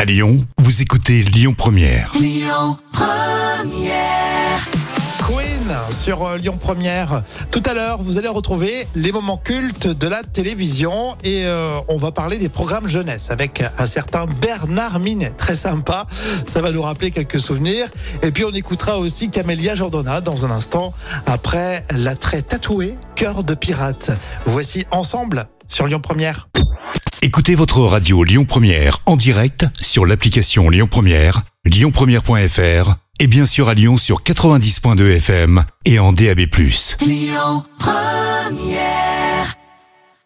À Lyon, vous écoutez Lyon Première. Lyon Première. Queen sur Lyon Première. Tout à l'heure, vous allez retrouver les moments cultes de la télévision et on va parler des programmes jeunesse avec un certain Bernard Minet. Très sympa, ça va nous rappeler quelques souvenirs. Et puis on écoutera aussi Camélia Jordana dans un instant après l'attrait tatoué Cœur de pirate. Voici Ensemble sur Lyon Première. Écoutez votre radio Lyon Première en direct sur l'application Lyon Première, lyonpremière.fr et bien sûr à Lyon sur 90.2 FM et en DAB+. Lyon Première.